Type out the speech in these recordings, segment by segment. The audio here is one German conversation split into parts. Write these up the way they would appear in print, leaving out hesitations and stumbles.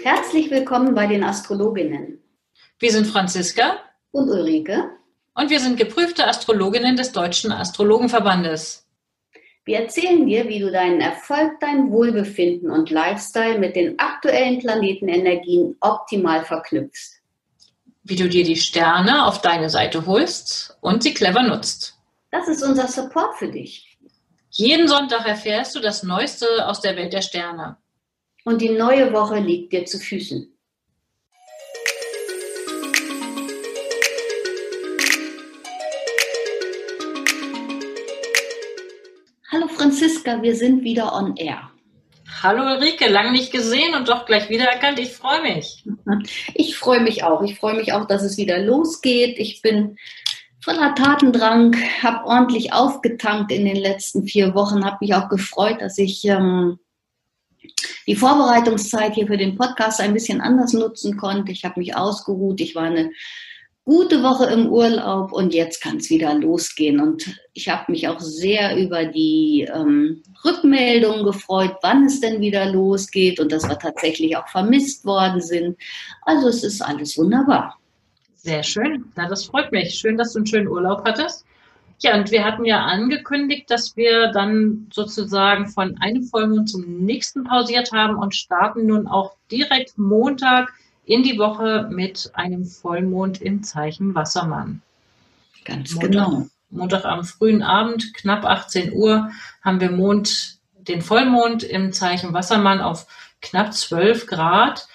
Herzlich willkommen bei den Astrologinnen. Wir sind Franziska und Ulrike und wir sind geprüfte Astrologinnen des Deutschen Astrologenverbandes. Wir erzählen dir, wie du deinen Erfolg, dein Wohlbefinden und Lifestyle mit den aktuellen Planetenenergien optimal verknüpfst. Wie du dir die Sterne auf deine Seite holst und sie clever nutzt. Das ist unser Support für dich. Jeden Sonntag erfährst du das Neueste aus der Welt der Sterne. Und die neue Woche liegt dir zu Füßen. Hallo Franziska, wir sind wieder on air. Hallo Ulrike, lange nicht gesehen und doch gleich wiedererkannt. Ich freue mich. Ich freue mich auch. Ich freue mich auch, dass es wieder losgeht. Ich bin voller Tatendrang, habe ordentlich aufgetankt in den letzten 4 Wochen, habe mich auch gefreut, dass ich die Vorbereitungszeit hier für den Podcast ein bisschen anders nutzen konnte. Ich habe mich ausgeruht. Ich war eine gute Woche im Urlaub und jetzt kann es wieder losgehen. Und ich habe mich auch sehr über die Rückmeldungen gefreut, wann es denn wieder losgeht und dass wir tatsächlich auch vermisst worden sind. Also es ist alles wunderbar. Sehr schön. Na, das freut mich. Schön, dass du einen schönen Urlaub hattest. Ja, und wir hatten ja angekündigt, dass wir dann sozusagen von einem Vollmond zum nächsten pausiert haben und starten nun auch direkt Montag in die Woche mit einem Vollmond im Zeichen Wassermann. Ganz genau. Montag am frühen Abend, knapp 18 Uhr, haben wir den Vollmond im Zeichen Wassermann auf knapp 12 Grad.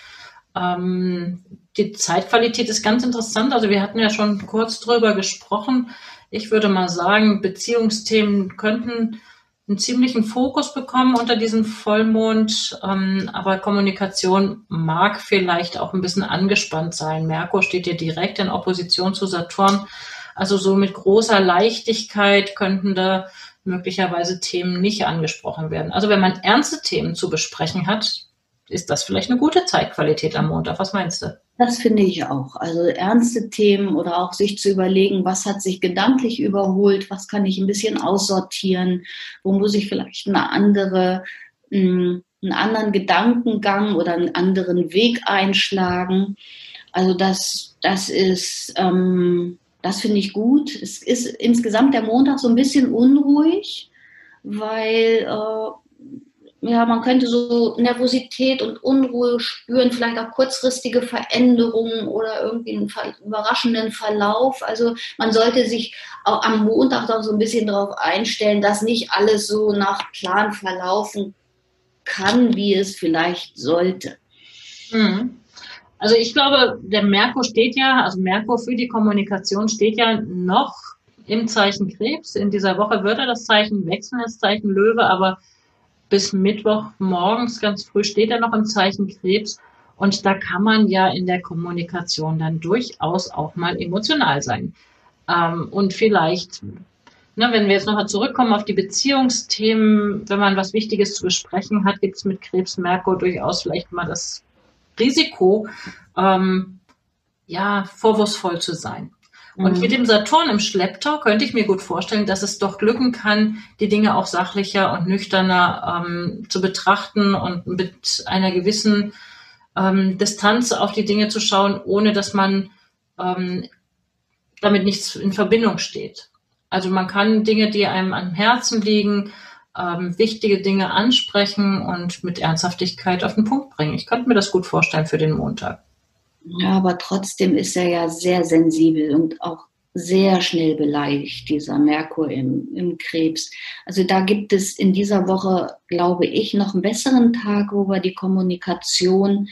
Die Zeitqualität ist ganz interessant. Also wir hatten ja schon kurz drüber gesprochen. Ich würde mal sagen, Beziehungsthemen könnten einen ziemlichen Fokus bekommen unter diesem Vollmond, aber Kommunikation mag vielleicht auch ein bisschen angespannt sein. Merkur steht hier direkt in Opposition zu Saturn. Also so mit großer Leichtigkeit könnten da möglicherweise Themen nicht angesprochen werden. Also wenn man ernste Themen zu besprechen hat, ist das vielleicht eine gute Zeitqualität am Montag. Was meinst du? Das finde ich auch. Also ernste Themen oder auch sich zu überlegen, was hat sich gedanklich überholt, was kann ich ein bisschen aussortieren, wo muss ich vielleicht einen anderen Gedankengang oder einen anderen Weg einschlagen. Also das finde ich gut. Es ist insgesamt der Montag so ein bisschen unruhig, weil man könnte so Nervosität und Unruhe spüren, vielleicht auch kurzfristige Veränderungen oder irgendwie einen überraschenden Verlauf. Also man sollte sich auch am Montag auch so ein bisschen darauf einstellen, dass nicht alles so nach Plan verlaufen kann, wie es vielleicht sollte. Also ich glaube, der Merkur Merkur für die Kommunikation steht ja noch im Zeichen Krebs. In dieser Woche wird er das Zeichen wechseln, das Zeichen Löwe, aber bis Mittwoch morgens ganz früh steht er noch im Zeichen Krebs und da kann man ja in der Kommunikation dann durchaus auch mal emotional sein. Und vielleicht, wenn wir jetzt nochmal zurückkommen auf die Beziehungsthemen, wenn man was Wichtiges zu besprechen hat, gibt es mit Krebs Merkur durchaus vielleicht mal das Risiko, vorwurfsvoll zu sein. Und mit dem Saturn im Schlepptau könnte ich mir gut vorstellen, dass es doch glücken kann, die Dinge auch sachlicher und nüchterner zu betrachten und mit einer gewissen Distanz auf die Dinge zu schauen, ohne dass man damit nichts in Verbindung steht. Also man kann Dinge, die einem am Herzen liegen, wichtige Dinge ansprechen und mit Ernsthaftigkeit auf den Punkt bringen. Ich könnte mir das gut vorstellen für den Montag. Ja, aber trotzdem ist er ja sehr sensibel und auch sehr schnell beleidigt, dieser Merkur im Krebs. Also da gibt es in dieser Woche, glaube ich, noch einen besseren Tag, wo wir die Kommunikation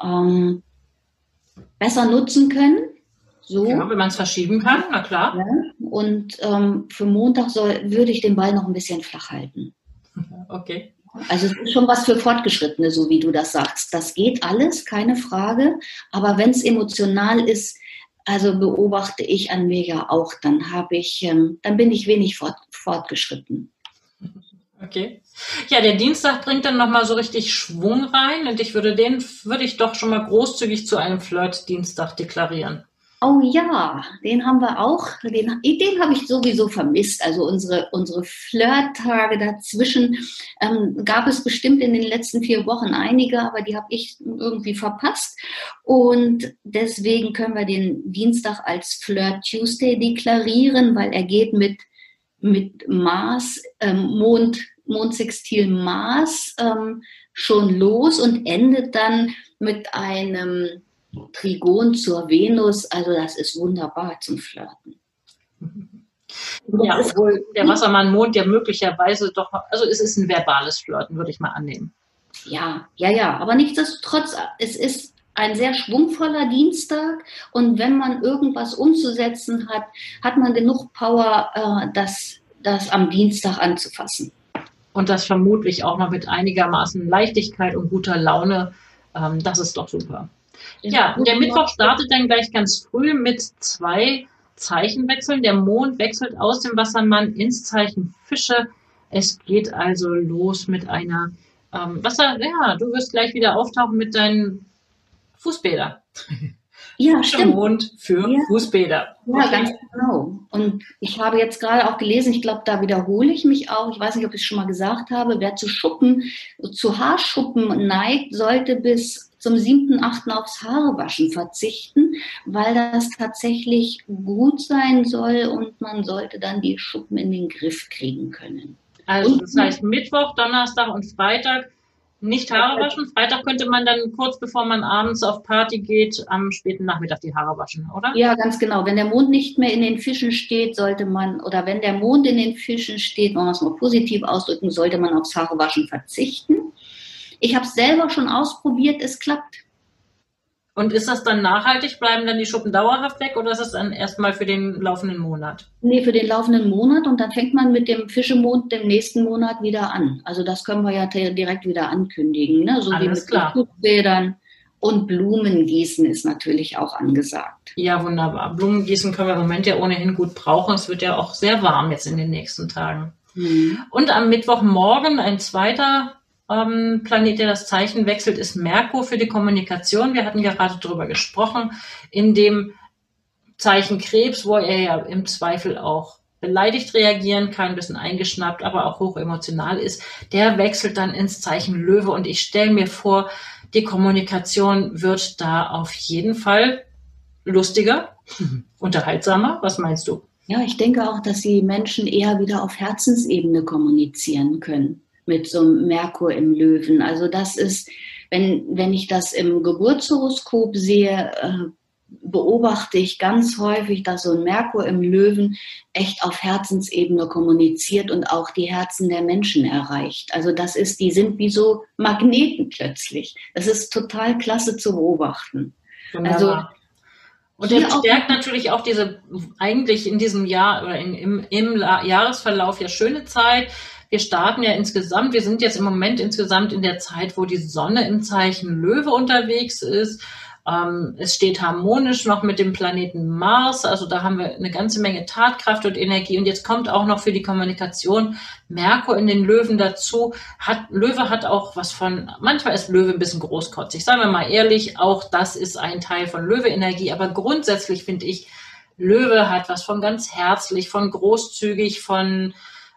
besser nutzen können. So. Ja, wenn man es verschieben kann, na klar. Ja, und für Montag würde ich den Ball noch ein bisschen flach halten. Okay. Also es ist schon was für Fortgeschrittene, so wie du das sagst. Das geht alles, keine Frage. Aber wenn es emotional ist, also beobachte ich an mir ja auch, dann bin ich wenig fortgeschritten. Okay. Ja, der Dienstag bringt dann nochmal so richtig Schwung rein und würde ich doch schon mal großzügig zu einem Flirt-Dienstag deklarieren. Oh ja, den haben wir auch. Den habe ich sowieso vermisst. Also unsere Flirt-Tage dazwischen gab es bestimmt in den letzten 4 Wochen einige, aber die habe ich irgendwie verpasst. Und deswegen können wir den Dienstag als Flirt Tuesday deklarieren, weil er geht mit Mars, Mondsextil Mars schon los und endet dann mit einem Trigon zur Venus. Also das ist wunderbar zum Flirten. Ja, obwohl der Wassermann-Mond ja möglicherweise doch, also es ist ein verbales Flirten, würde ich mal annehmen. Ja, aber nichtsdestotrotz, es ist ein sehr schwungvoller Dienstag und wenn man irgendwas umzusetzen hat, hat man genug Power, das am Dienstag anzufassen. Und das vermutlich auch noch mit einigermaßen Leichtigkeit und guter Laune. Das ist doch super. Ja, der Mittwoch startet dann gleich ganz früh mit 2 Zeichenwechseln. Der Mond wechselt aus dem Wassermann ins Zeichen Fische. Es geht also los mit einer du wirst gleich wieder auftauchen mit deinen Fußbädern. Ja, stimmt. Mond für Fußbäder. Ja, ganz genau. Und ich habe jetzt gerade auch gelesen, ich glaube, da wiederhole ich mich auch. Ich weiß nicht, ob ich es schon mal gesagt habe. Wer zu Haarschuppen neigt, sollte bis zum 7.8. aufs Haarewaschen verzichten, weil das tatsächlich gut sein soll und man sollte dann die Schuppen in den Griff kriegen können. Also das heißt Mittwoch, Donnerstag und Freitag nicht Haare waschen. Freitag könnte man dann kurz bevor man abends auf Party geht, am späten Nachmittag die Haare waschen, oder? Ja, ganz genau. Wenn der Mond nicht mehr in den Fischen steht, oder wenn der Mond in den Fischen steht, wollen wir es mal positiv ausdrücken, sollte man aufs Haarewaschen verzichten. Ich habe es selber schon ausprobiert, es klappt. Und ist das dann nachhaltig? Bleiben dann die Schuppen dauerhaft weg oder ist das dann erstmal für den laufenden Monat? Nee, für den laufenden Monat und dann fängt man mit dem Fischemond den nächsten Monat wieder an. Also das können wir ja direkt wieder ankündigen, ne? So alles wie mit Fußbädern und Blumengießen ist natürlich auch angesagt. Ja, wunderbar. Blumengießen können wir im Moment ja ohnehin gut brauchen. Es wird ja auch sehr warm jetzt in den nächsten Tagen. Und am Mittwochmorgen ein zweiter Planet, der das Zeichen wechselt, ist Merkur für die Kommunikation. Wir hatten gerade darüber gesprochen, in dem Zeichen Krebs, wo er ja im Zweifel auch beleidigt reagieren kann, ein bisschen eingeschnappt, aber auch hoch emotional ist. Der wechselt dann ins Zeichen Löwe und ich stelle mir vor, die Kommunikation wird da auf jeden Fall lustiger, unterhaltsamer. Was meinst du? Ja, ich denke auch, dass die Menschen eher wieder auf Herzensebene kommunizieren können mit so einem Merkur im Löwen. Also das ist, wenn ich das im Geburtshoroskop sehe, beobachte ich ganz häufig, dass so ein Merkur im Löwen echt auf Herzensebene kommuniziert und auch die Herzen der Menschen erreicht. Also die sind wie so Magneten plötzlich. Das ist total klasse zu beobachten. Also und er bestärkt natürlich auch diese eigentlich in diesem Jahr oder im Jahresverlauf ja schöne Zeit. Wir starten ja wir sind jetzt im Moment insgesamt in der Zeit, wo die Sonne im Zeichen Löwe unterwegs ist. Es steht harmonisch noch mit dem Planeten Mars, also da haben wir eine ganze Menge Tatkraft und Energie. Und jetzt kommt auch noch für die Kommunikation Merkur in den Löwen dazu. Löwe hat auch manchmal ist Löwe ein bisschen großkotzig, sagen wir mal ehrlich, auch das ist ein Teil von Löwe-Energie. Aber grundsätzlich finde ich, Löwe hat was von ganz herzlich, von großzügig, von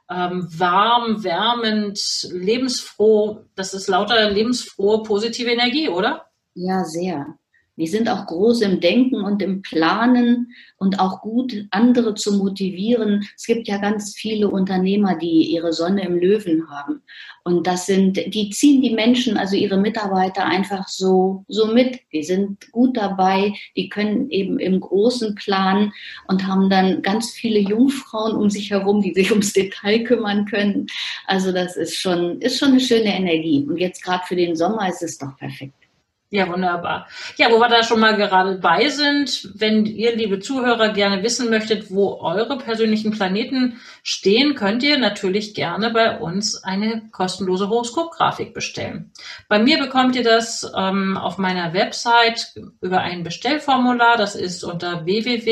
warm, wärmend, lebensfroh. Das ist lauter lebensfrohe, positive Energie, oder? Ja, sehr. Die sind auch groß im Denken und im Planen und auch gut, andere zu motivieren. Es gibt ja ganz viele Unternehmer, die ihre Sonne im Löwen haben. Und die ziehen die Menschen, also ihre Mitarbeiter einfach so mit. Die sind gut dabei, die können eben im Großen planen und haben dann ganz viele Jungfrauen um sich herum, die sich ums Detail kümmern können. Also das ist schon eine schöne Energie. Und jetzt gerade für den Sommer ist es doch perfekt. Ja, wunderbar. Ja, wo wir da schon mal gerade bei sind, wenn ihr, liebe Zuhörer, gerne wissen möchtet, wo eure persönlichen Planeten stehen, könnt ihr natürlich gerne bei uns eine kostenlose Horoskopgrafik bestellen. Bei mir bekommt ihr das auf meiner Website über ein Bestellformular. Das ist unter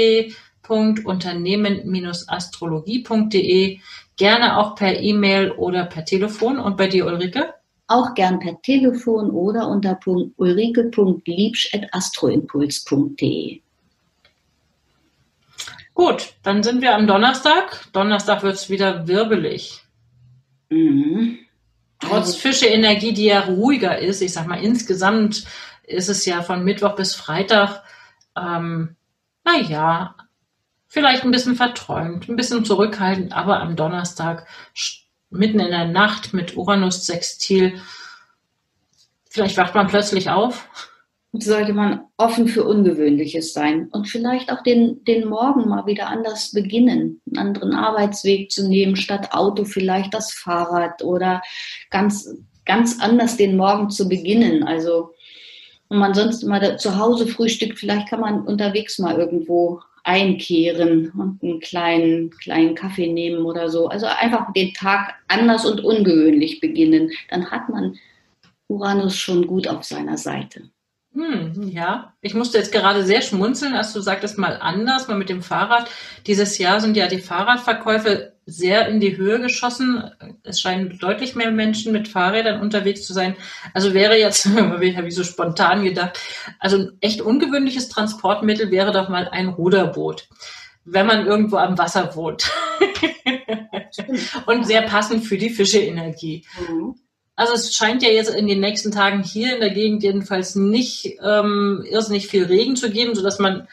www.unternehmen-astrologie.de. Gerne auch per E-Mail oder per Telefon. Und bei dir, Ulrike? Auch gern per Telefon oder unter ulrike.liebsch@astroimpuls.de. Gut, dann sind wir am Donnerstag. Donnerstag wird es wieder wirbelig. Mhm. Trotz Fische-Energie, die ja ruhiger ist, ich sag mal, insgesamt ist es ja von Mittwoch bis Freitag, naja, vielleicht ein bisschen verträumt, ein bisschen zurückhaltend, aber am Donnerstag, mitten in der Nacht mit Uranus-Sextil, vielleicht wacht man plötzlich auf. Sollte man offen für Ungewöhnliches sein und vielleicht auch den Morgen mal wieder anders beginnen, einen anderen Arbeitsweg zu nehmen, statt Auto vielleicht das Fahrrad oder ganz, ganz anders den Morgen zu beginnen. Also, wenn man sonst mal zu Hause frühstückt, vielleicht kann man unterwegs mal irgendwo einkehren und einen kleinen Kaffee nehmen oder so. Also einfach den Tag anders und ungewöhnlich beginnen. Dann hat man Uranus schon gut auf seiner Seite. Ja, ich musste jetzt gerade sehr schmunzeln, als du sagtest, mal anders, mal mit dem Fahrrad. Dieses Jahr sind ja die Fahrradverkäufe sehr in die Höhe geschossen. Es scheinen deutlich mehr Menschen mit Fahrrädern unterwegs zu sein. Also wäre jetzt, habe ich so spontan gedacht, also ein echt ungewöhnliches Transportmittel wäre doch mal ein Ruderboot, wenn man irgendwo am Wasser wohnt. Und sehr passend für die Fischeenergie. Mhm. Also es scheint ja jetzt in den nächsten Tagen hier in der Gegend jedenfalls nicht irrsinnig viel Regen zu geben, sodass man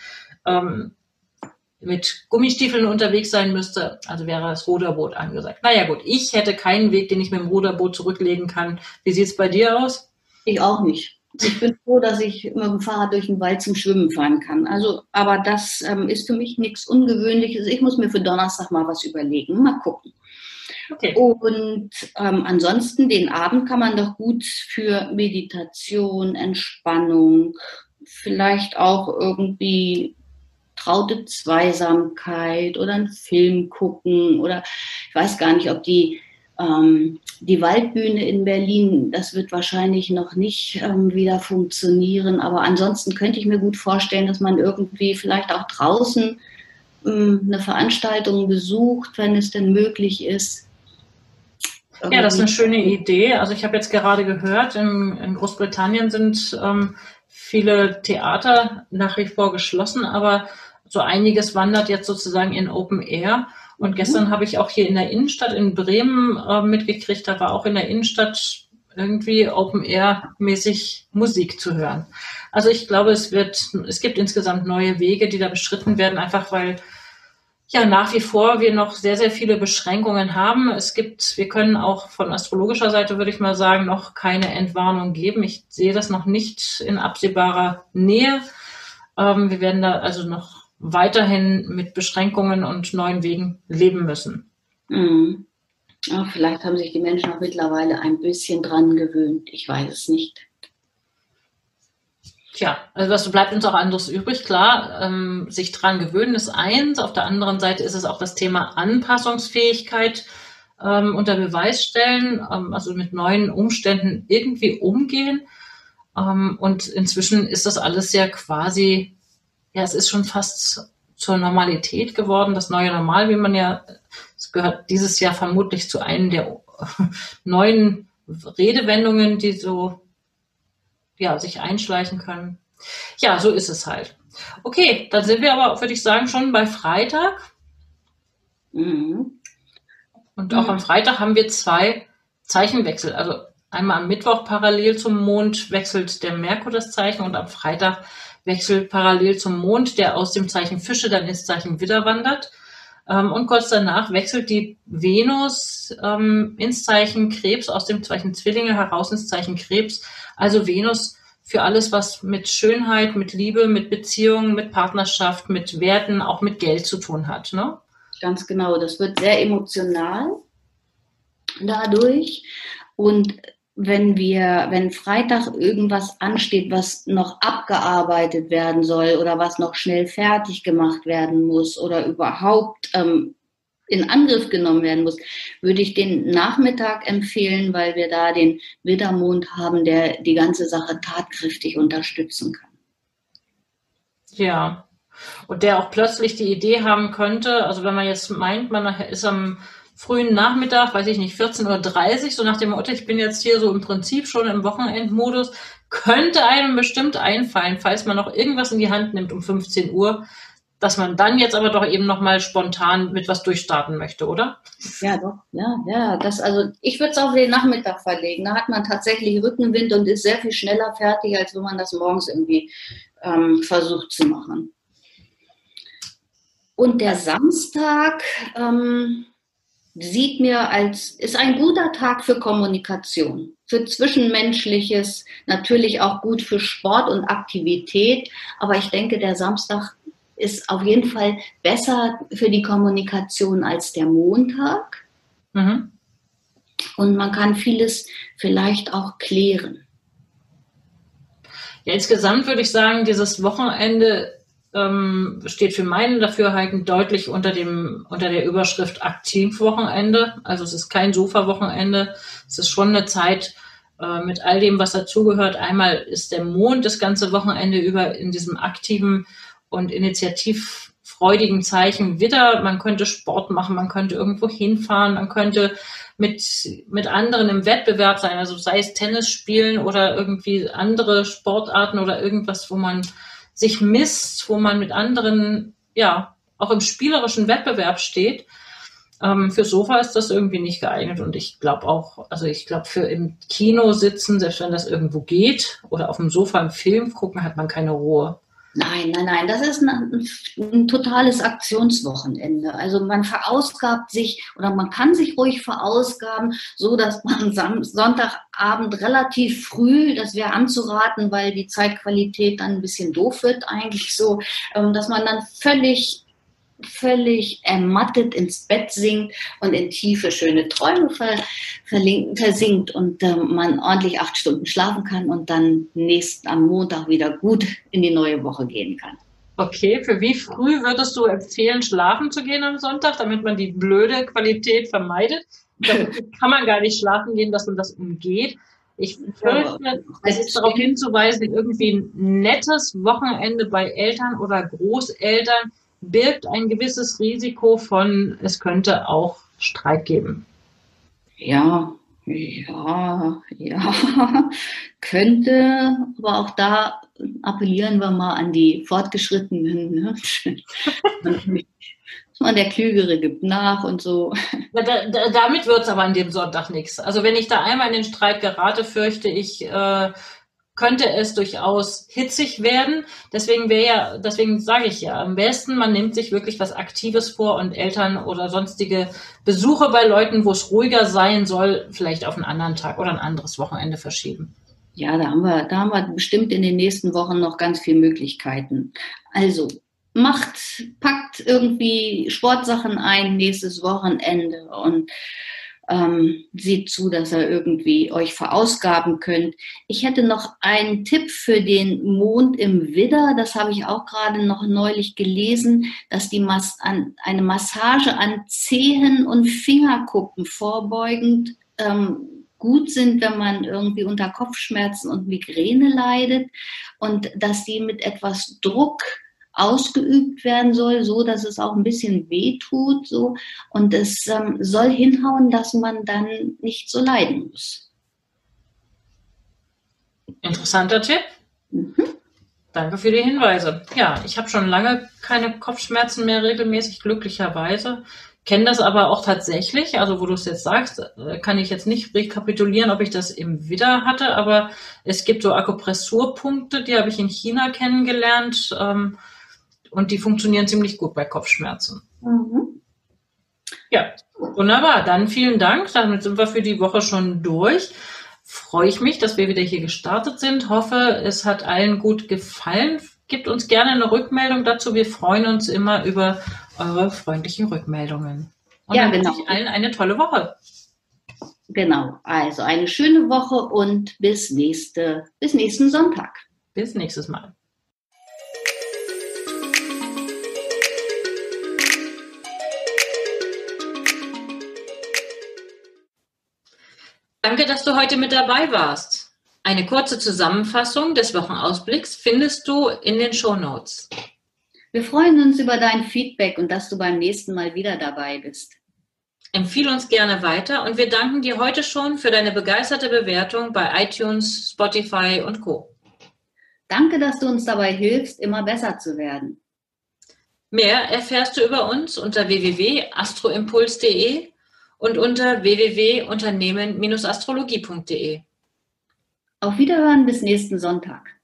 mit Gummistiefeln unterwegs sein müsste. Also wäre das Ruderboot angesagt. Naja gut, ich hätte keinen Weg, den ich mit dem Ruderboot zurücklegen kann. Wie sieht's bei dir aus? Ich auch nicht. Ich bin froh, dass ich mit dem Fahrrad durch den Wald zum Schwimmen fahren kann. Also, aber das ist für mich nichts Ungewöhnliches. Ich muss mir für Donnerstag mal was überlegen. Mal gucken. Okay. Und ansonsten, den Abend kann man doch gut für Meditation, Entspannung, vielleicht auch irgendwie traute Zweisamkeit oder einen Film gucken oder ich weiß gar nicht, ob die Waldbühne in Berlin, das wird wahrscheinlich noch nicht wieder funktionieren, aber ansonsten könnte ich mir gut vorstellen, dass man irgendwie vielleicht auch draußen eine Veranstaltung besucht, wenn es denn möglich ist. Ja, das ist eine schöne Idee. Also ich habe jetzt gerade gehört, in Großbritannien sind viele Theater nach wie vor geschlossen, aber so einiges wandert jetzt sozusagen in Open Air. Und gestern habe ich auch hier in der Innenstadt in Bremen mitgekriegt, da war auch in der Innenstadt irgendwie Open Air mäßig Musik zu hören. Also ich glaube, es gibt insgesamt neue Wege, die da beschritten werden, einfach weil ja nach wie vor wir noch sehr, sehr viele Beschränkungen haben. Wir können auch von astrologischer Seite, würde ich mal sagen, noch keine Entwarnung geben. Ich sehe das noch nicht in absehbarer Nähe. Wir werden da also noch weiterhin mit Beschränkungen und neuen Wegen leben müssen. Mhm. Ja, vielleicht haben sich die Menschen auch mittlerweile ein bisschen dran gewöhnt. Ich weiß es nicht. Tja, also was bleibt uns auch anderes übrig? Klar, sich dran gewöhnen ist eins. Auf der anderen Seite ist es auch das Thema Anpassungsfähigkeit unter Beweis stellen, also mit neuen Umständen irgendwie umgehen. Und inzwischen ist das alles ja quasi, ja, es ist schon fast zur Normalität geworden. Das neue Normal, es gehört dieses Jahr vermutlich zu einem der neuen Redewendungen, die so ja, sich einschleichen können. Ja, so ist es halt. Okay, dann sind wir aber, würde ich sagen, schon bei Freitag. Mhm. Und auch am Freitag haben wir 2 Zeichenwechsel. Also einmal am Mittwoch parallel zum Mond wechselt der Merkur das Zeichen und am Freitag wechselt parallel zum Mond, der aus dem Zeichen Fische dann ins Zeichen Widder wandert. Und kurz danach wechselt die Venus ins Zeichen Krebs, aus dem Zeichen Zwillinge heraus ins Zeichen Krebs. Also Venus für alles, was mit Schönheit, mit Liebe, mit Beziehungen, mit Partnerschaft, mit Werten, auch mit Geld zu tun hat, ne? Ganz genau. Das wird sehr emotional dadurch. Und wenn Freitag irgendwas ansteht, was noch abgearbeitet werden soll oder was noch schnell fertig gemacht werden muss oder überhaupt in Angriff genommen werden muss, würde ich den Nachmittag empfehlen, weil wir da den Widdermond haben, der die ganze Sache tatkräftig unterstützen kann. Ja, und der auch plötzlich die Idee haben könnte, also wenn man jetzt meint, man ist am frühen Nachmittag, weiß ich nicht, 14:30 Uhr, so nach dem Motto, ich bin jetzt hier so im Prinzip schon im Wochenendmodus, könnte einem bestimmt einfallen, falls man noch irgendwas in die Hand nimmt um 15 Uhr, dass man dann jetzt aber doch eben nochmal spontan mit was durchstarten möchte, oder? Ja, doch, ja. Also ich würde es auf den Nachmittag verlegen. Da hat man tatsächlich Rückenwind und ist sehr viel schneller fertig, als wenn man das morgens irgendwie versucht zu machen. Und der Samstag ist ein guter Tag für Kommunikation, für Zwischenmenschliches, natürlich auch gut für Sport und Aktivität. Aber ich denke, der Samstag ist auf jeden Fall besser für die Kommunikation als der Montag. Mhm. Und man kann vieles vielleicht auch klären. Ja, insgesamt würde ich sagen, dieses Wochenende steht für mein Dafürhalten deutlich unter der Überschrift Aktivwochenende. Also es ist kein Sofa-Wochenende. Es ist schon eine Zeit mit all dem, was dazugehört. Einmal ist der Mond das ganze Wochenende über in diesem aktiven und initiativfreudigen Zeichen Widder. Man könnte Sport machen, man könnte irgendwo hinfahren, man könnte mit anderen im Wettbewerb sein, also sei es Tennis spielen oder irgendwie andere Sportarten oder irgendwas, wo man sich misst, wo man mit anderen, ja, auch im spielerischen Wettbewerb steht. Für Sofa ist das irgendwie nicht geeignet und ich glaube für im Kino sitzen, selbst wenn das irgendwo geht oder auf dem Sofa einen Film gucken, hat man keine Ruhe. Nein, das ist ein totales Aktionswochenende. Also man verausgabt sich oder man kann sich ruhig verausgaben, so dass man Sonntagabend relativ früh, das wäre anzuraten, weil die Zeitqualität dann ein bisschen doof wird eigentlich so, dass man dann völlig ermattet ins Bett sinkt und in tiefe, schöne Träume versinkt und man ordentlich 8 Stunden schlafen kann und dann am Montag wieder gut in die neue Woche gehen kann. Okay, für wie früh würdest du empfehlen, schlafen zu gehen am Sonntag, damit man die blöde Qualität vermeidet? Kann man gar nicht schlafen gehen, dass man das umgeht. Ich fürchte, es ist darauf hinzuweisen, irgendwie ein nettes Wochenende bei Eltern oder Großeltern birgt ein gewisses Risiko von, es könnte auch Streit geben. Ja, könnte, aber auch da appellieren wir mal an die Fortgeschrittenen. Ne? Der Klügere gibt nach und so. Damit wird es aber an dem Sonntag nichts. Also wenn ich da einmal in den Streit gerate, fürchte ich, könnte es durchaus hitzig werden. Deswegen sage ich ja, am besten, man nimmt sich wirklich was Aktives vor und Eltern oder sonstige Besuche bei Leuten, wo es ruhiger sein soll, vielleicht auf einen anderen Tag oder ein anderes Wochenende verschieben. Ja, da haben wir bestimmt in den nächsten Wochen noch ganz viele Möglichkeiten. Also packt irgendwie Sportsachen ein nächstes Wochenende und seht zu, dass ihr irgendwie euch verausgaben könnt. Ich hätte noch einen Tipp für den Mond im Widder. Das habe ich auch gerade noch neulich gelesen, dass eine Massage an Zehen und Fingerkuppen vorbeugend gut sind, wenn man irgendwie unter Kopfschmerzen und Migräne leidet und dass die mit etwas Druck ausgeübt werden soll, so dass es auch ein bisschen weh tut, so, und es soll hinhauen, dass man dann nicht so leiden muss. Interessanter Tipp. Mhm. Danke für die Hinweise. Ja, ich habe schon lange keine Kopfschmerzen mehr regelmäßig, glücklicherweise. Kenne das aber auch tatsächlich, also wo du es jetzt sagst, kann ich jetzt nicht rekapitulieren, ob ich das im Widder hatte, aber es gibt so Akupressurpunkte, die habe ich in China kennengelernt, und die funktionieren ziemlich gut bei Kopfschmerzen. Mhm. Ja, wunderbar. Dann vielen Dank. Damit sind wir für die Woche schon durch. Freue ich mich, dass wir wieder hier gestartet sind. Hoffe, es hat allen gut gefallen. Gebt uns gerne eine Rückmeldung dazu. Wir freuen uns immer über eure freundlichen Rückmeldungen. Und dann wünsche ich allen eine tolle Woche. Genau. Also eine schöne Woche und bis nächsten Sonntag. Bis nächstes Mal. Danke, dass du heute mit dabei warst. Eine kurze Zusammenfassung des Wochenausblicks findest du in den Shownotes. Wir freuen uns über dein Feedback und dass du beim nächsten Mal wieder dabei bist. Empfehle uns gerne weiter und wir danken dir heute schon für deine begeisterte Bewertung bei iTunes, Spotify und Co. Danke, dass du uns dabei hilfst, immer besser zu werden. Mehr erfährst du über uns unter www.astroimpuls.de und unter www.unternehmen-astrologie.de. Auf Wiederhören bis nächsten Sonntag.